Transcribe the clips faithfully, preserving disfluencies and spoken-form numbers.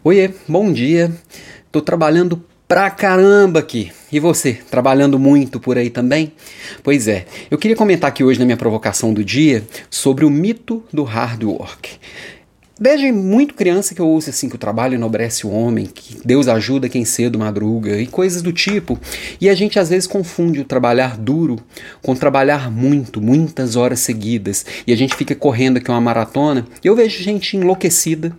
Oiê, bom dia. Tô trabalhando pra caramba aqui. E você, trabalhando muito por aí também? Pois é, eu queria comentar aqui hoje na minha provocação do dia sobre o mito do hard work. Desde muito criança que eu ouço assim que o trabalho enobrece o homem, que Deus ajuda quem cedo madruga e coisas do tipo. E a gente às vezes confunde o trabalhar duro com trabalhar muito, muitas horas seguidas. E a gente fica correndo aqui uma maratona. E eu vejo gente enlouquecida,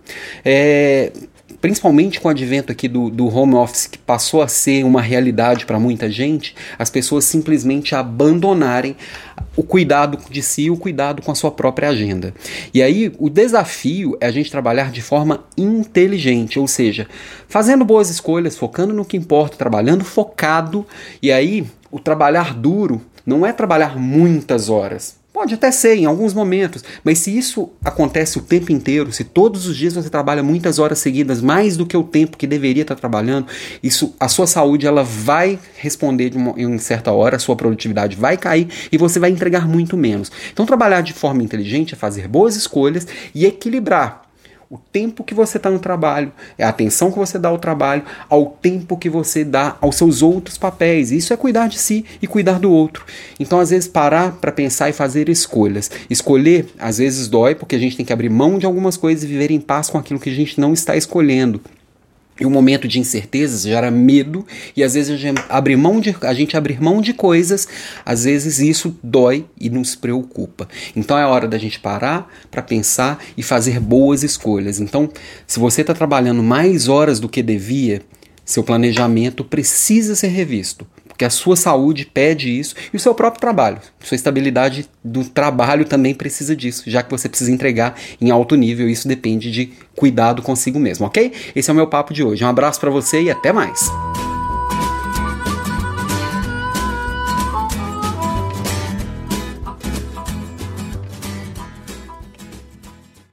é... principalmente com o advento aqui do, do home office, que passou a ser uma realidade para muita gente, as pessoas simplesmente abandonarem o cuidado de si, o cuidado com a sua própria agenda. E aí o desafio é a gente trabalhar de forma inteligente, ou seja, fazendo boas escolhas, focando no que importa, trabalhando focado. E aí o trabalhar duro não é trabalhar muitas horas. Pode até ser em alguns momentos, mas se isso acontece o tempo inteiro, se todos os dias você trabalha muitas horas seguidas, mais do que o tempo que deveria estar trabalhando, isso, a sua saúde ela vai responder de uma, em uma certa hora, a sua produtividade vai cair e você vai entregar muito menos. Então trabalhar de forma inteligente é fazer boas escolhas e equilibrar o tempo que você está no trabalho, a atenção que você dá ao trabalho, ao tempo que você dá aos seus outros papéis. Isso é cuidar de si e cuidar do outro. Então, às vezes, parar para pensar e fazer escolhas. Escolher, às vezes, dói, porque a gente tem que abrir mão de algumas coisas e viver em paz com aquilo que a gente não está escolhendo. E um momento de incerteza gera medo e às vezes a gente abre mão de, a gente abrir mão de coisas, às vezes isso dói e nos preocupa. Então é hora da gente parar para pensar e fazer boas escolhas. Então, se você está trabalhando mais horas do que devia, seu planejamento precisa ser revisto. Porque a sua saúde pede isso e o seu próprio trabalho. Sua estabilidade do trabalho também precisa disso, já que você precisa entregar em alto nível. Isso depende de cuidado consigo mesmo, ok? Esse é o meu papo de hoje. Um abraço para você e até mais.